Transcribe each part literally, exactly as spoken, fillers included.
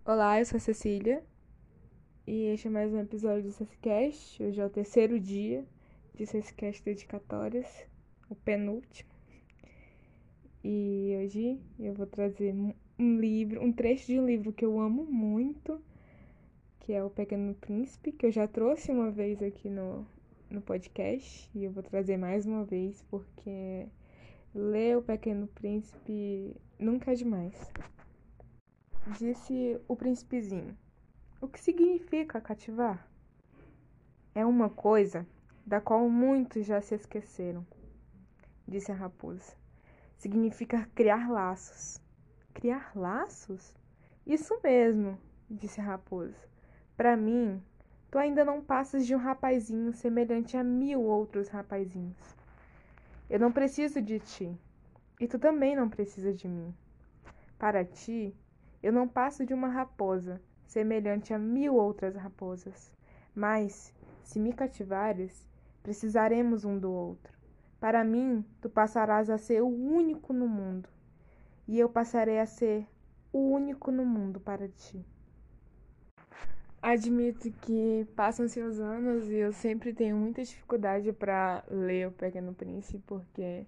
Olá, eu sou a Cecília e este é mais um episódio do CeciCast. Hoje é o terceiro dia de CeciCast Dedicatórias, o penúltimo. E hoje eu vou trazer um livro, um trecho de um livro que eu amo muito, que é O Pequeno Príncipe, que eu já trouxe uma vez aqui no, no podcast e eu vou trazer mais uma vez porque ler O Pequeno Príncipe nunca é demais. Disse o príncipezinho: o que significa cativar? É uma coisa da qual muitos já se esqueceram, disse a raposa. Significa criar laços. Criar laços? Isso mesmo, disse a raposa. Para mim, tu ainda não passas de um rapazinho semelhante a mil outros rapazinhos. Eu não preciso de ti, e tu também não precisa de mim. Para ti, eu não passo de uma raposa semelhante a mil outras raposas. Mas, se me cativares, precisaremos um do outro. Para mim, tu passarás a ser o único no mundo, e eu passarei a ser o único no mundo para ti. Admito que passam-se os anos e eu sempre tenho muita dificuldade para ler O Pequeno Príncipe, porque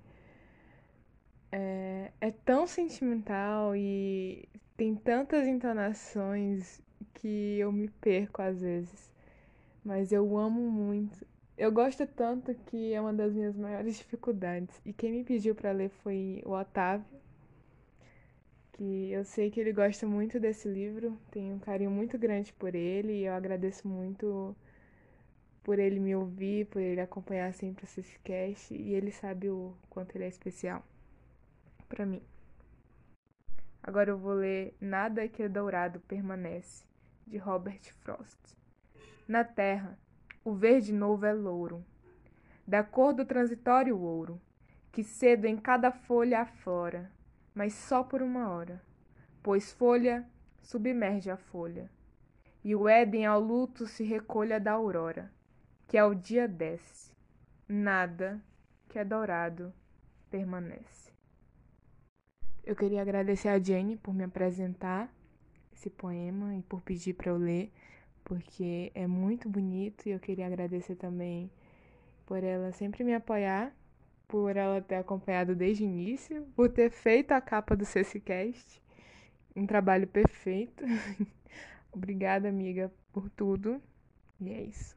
é, é tão sentimental e tem tantas entonações que eu me perco às vezes. Mas eu amo muito. Eu gosto tanto que é uma das minhas maiores dificuldades. E quem me pediu para ler foi o Otávio, que eu sei que ele gosta muito desse livro, tenho um carinho muito grande por ele e eu agradeço muito por ele me ouvir, por ele acompanhar sempre esse cast e ele sabe o quanto ele é especial para mim. Agora eu vou ler Nada que é Dourado Permanece, de Robert Frost. Na terra, o verde novo é louro, da cor do transitório ouro, que cedo em cada folha aflora, mas só por uma hora, pois folha submerge a folha, e o Éden ao luto se recolha da aurora, que ao dia desce. Nada que é dourado permanece. Eu queria agradecer a Jane por me apresentar esse poema e por pedir para eu ler, porque é muito bonito e eu queria agradecer também por ela sempre me apoiar, por ela ter acompanhado desde o início, por ter feito a capa do CeciCast, um trabalho perfeito. Obrigada, amiga, por tudo. E é isso.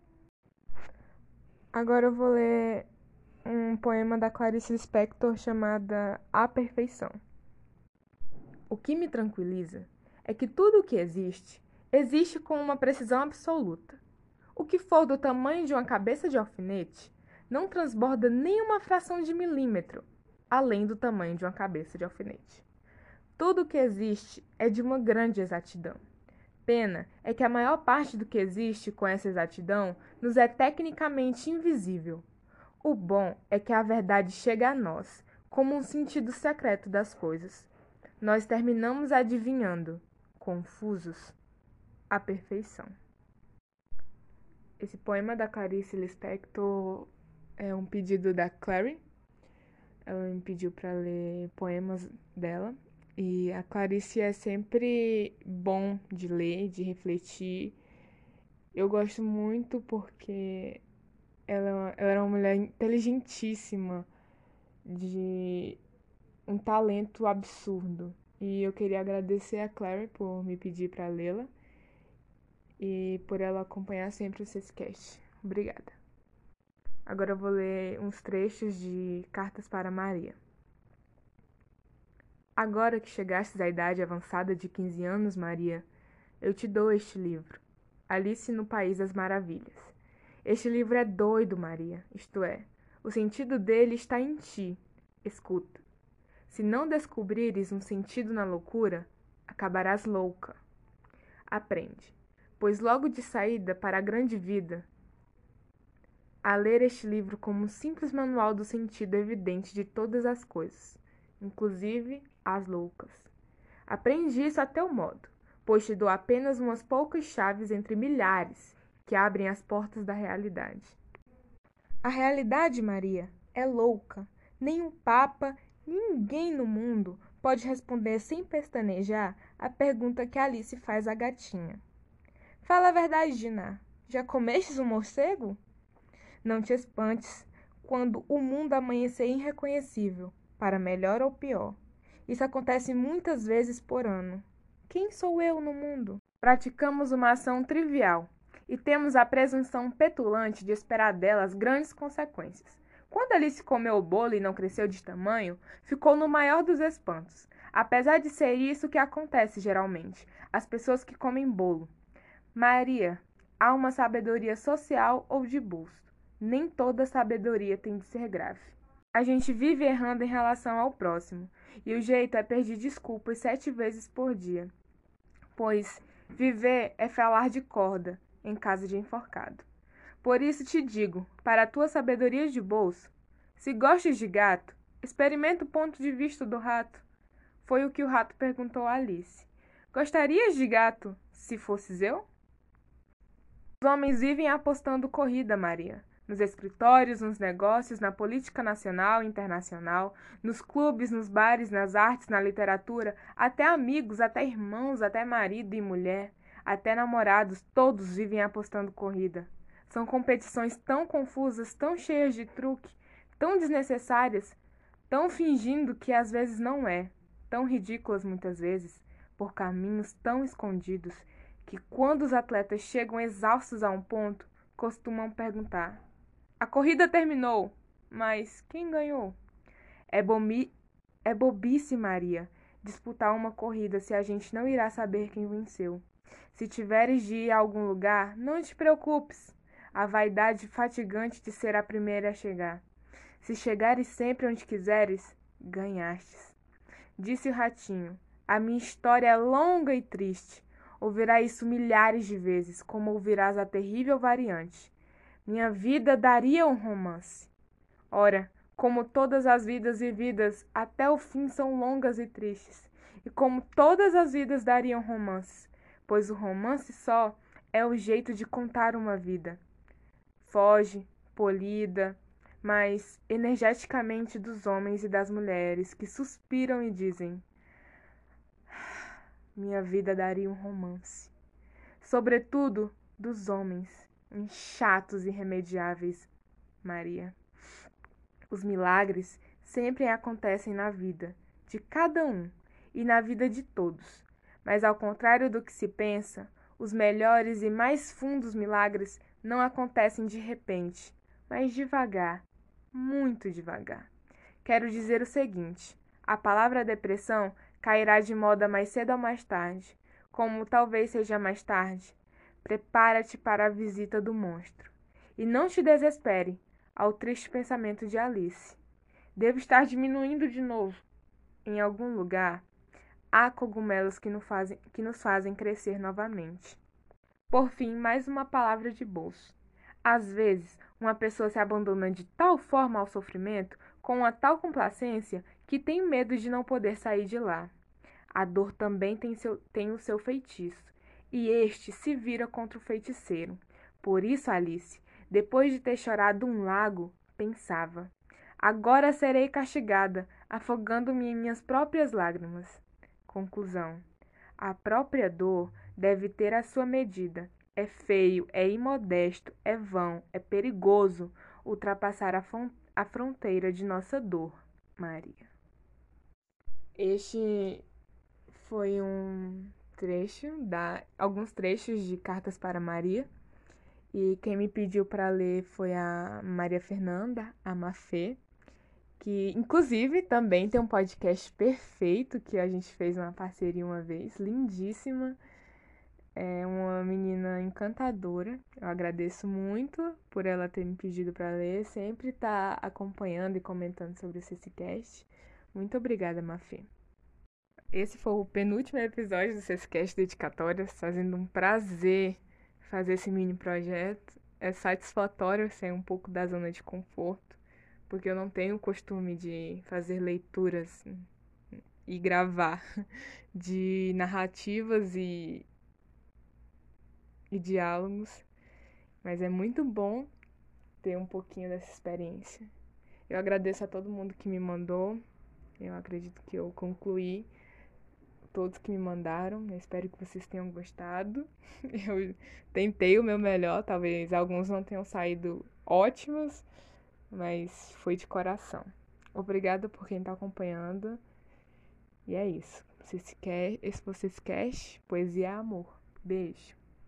Agora eu vou ler um poema da Clarice Lispector chamada A Perfeição. O que me tranquiliza é que tudo o que existe, existe com uma precisão absoluta. O que for do tamanho de uma cabeça de alfinete não transborda nem uma fração de milímetro além do tamanho de uma cabeça de alfinete. Tudo o que existe é de uma grande exatidão. Pena é que a maior parte do que existe com essa exatidão nos é tecnicamente invisível. O bom é que a verdade chega a nós, como um sentido secreto das coisas. Nós terminamos adivinhando, confusos, a perfeição. Esse poema da Clarice Lispector é um pedido da Clary. Ela me pediu para ler poemas dela. E a Clarice é sempre bom de ler, de refletir. Eu gosto muito porque ela, ela era uma mulher inteligentíssima, de um talento absurdo. E eu queria agradecer a Clary por me pedir para lê-la e por ela acompanhar sempre o CeciCast. Obrigada. Agora eu vou ler uns trechos de Cartas para Maria. Agora que chegastes à idade avançada de quinze anos, Maria, eu te dou este livro, Alice no País das Maravilhas. Este livro é doido, Maria, isto é, o sentido dele está em ti. Escuta. Se não descobrires um sentido na loucura, acabarás louca. Aprende, pois logo de saída para a grande vida, a ler este livro como um simples manual do sentido evidente de todas as coisas, inclusive as loucas. Aprende isso a teu modo, pois te dou apenas umas poucas chaves entre milhares que abrem as portas da realidade. A realidade, Maria, é louca. Nem o Papa, ninguém no mundo pode responder sem pestanejar a pergunta que Alice faz à gatinha. Fala a verdade, Diná. Já comestes um morcego? Não te espantes quando o mundo amanhecer irreconhecível, para melhor ou pior. Isso acontece muitas vezes por ano. Quem sou eu no mundo? Praticamos uma ação trivial e temos a presunção petulante de esperar delas grandes consequências. Quando Alice comeu o bolo e não cresceu de tamanho, ficou no maior dos espantos. Apesar de ser isso que acontece geralmente, as pessoas que comem bolo. Maria, há uma sabedoria social ou de busto. Nem toda sabedoria tem de ser grave. A gente vive errando em relação ao próximo, e o jeito é pedir desculpas sete vezes por dia. Pois viver é falar de corda em caso de enforcado. Por isso te digo, para a tua sabedoria de bolso, se gostas de gato, experimenta o ponto de vista do rato. Foi o que o rato perguntou a Alice. Gostarias de gato se fosses eu? Os homens vivem apostando corrida, Maria. Nos escritórios, nos negócios, na política nacional e internacional, nos clubes, nos bares, nas artes, na literatura, até amigos, até irmãos, até marido e mulher, até namorados, todos vivem apostando corrida. São competições tão confusas, tão cheias de truque, tão desnecessárias, tão fingindo que às vezes não é, tão ridículas muitas vezes, por caminhos tão escondidos, que quando os atletas chegam exaustos a um ponto, costumam perguntar: a corrida terminou, mas quem ganhou? É, bomi... é bobice, Maria, disputar uma corrida se a gente não irá saber quem venceu. Se tiveres de ir a algum lugar, não te preocupes. A vaidade fatigante de ser a primeira a chegar. Se chegares sempre onde quiseres, ganhastes. Disse o ratinho: a minha história é longa e triste. Ouvirás isso milhares de vezes, como ouvirás a terrível variante. Minha vida daria um romance. Ora, como todas as vidas vividas até o fim são longas e tristes, e como todas as vidas dariam romances, pois o romance só é o jeito de contar uma vida. Foge, polida, mas energeticamente dos homens e das mulheres que suspiram e dizem: minha vida daria um romance. Sobretudo dos homens, chatos e irremediáveis, Maria. Os milagres sempre acontecem na vida de cada um e na vida de todos. Mas ao contrário do que se pensa, os melhores e mais fundos milagres não acontecem de repente, mas devagar, muito devagar. Quero dizer o seguinte: a palavra depressão cairá de moda mais cedo ou mais tarde. Como talvez seja mais tarde, prepara-te para a visita do monstro. E não te desespere ao triste pensamento de Alice. Devo estar diminuindo de novo. Em algum lugar, há cogumelos que nos fazem, que nos fazem crescer novamente. Por fim, mais uma palavra de bolso. Às vezes, uma pessoa se abandona de tal forma ao sofrimento, com uma tal complacência, que tem medo de não poder sair de lá. A dor também tem, seu, tem o seu feitiço, e este se vira contra o feiticeiro. Por isso, Alice, depois de ter chorado um lago, pensava: agora serei castigada, afogando-me em minhas próprias lágrimas. Conclusão: a própria dor deve ter a sua medida. É feio, é imodesto, é vão, é perigoso ultrapassar a, a fronteira de nossa dor, Maria. Este foi um trecho, da, alguns trechos de Cartas para Maria. E quem me pediu para ler foi a Maria Fernanda, a Mafê, que inclusive também tem um podcast perfeito que a gente fez uma parceria uma vez, lindíssima. É uma menina encantadora. Eu agradeço muito por ela ter me pedido para ler, sempre tá acompanhando e comentando sobre o CeciCast. Muito obrigada, Mafê. Esse foi o penúltimo episódio do CeciCast Dedicatórias, fazendo um prazer fazer esse mini projeto. É satisfatório sair um pouco da zona de conforto, porque eu não tenho o costume de fazer leituras e gravar de narrativas e, e diálogos, mas é muito bom ter um pouquinho dessa experiência. Eu agradeço a todo mundo que me mandou Eu acredito que eu concluí todos que me mandaram. Eu espero que vocês tenham gostado. Eu tentei o meu melhor, talvez alguns não tenham saído ótimos, mas foi de coração. Obrigada por quem está acompanhando. E é isso. Se quer, esse vocês quer, poesia é amor. Beijo.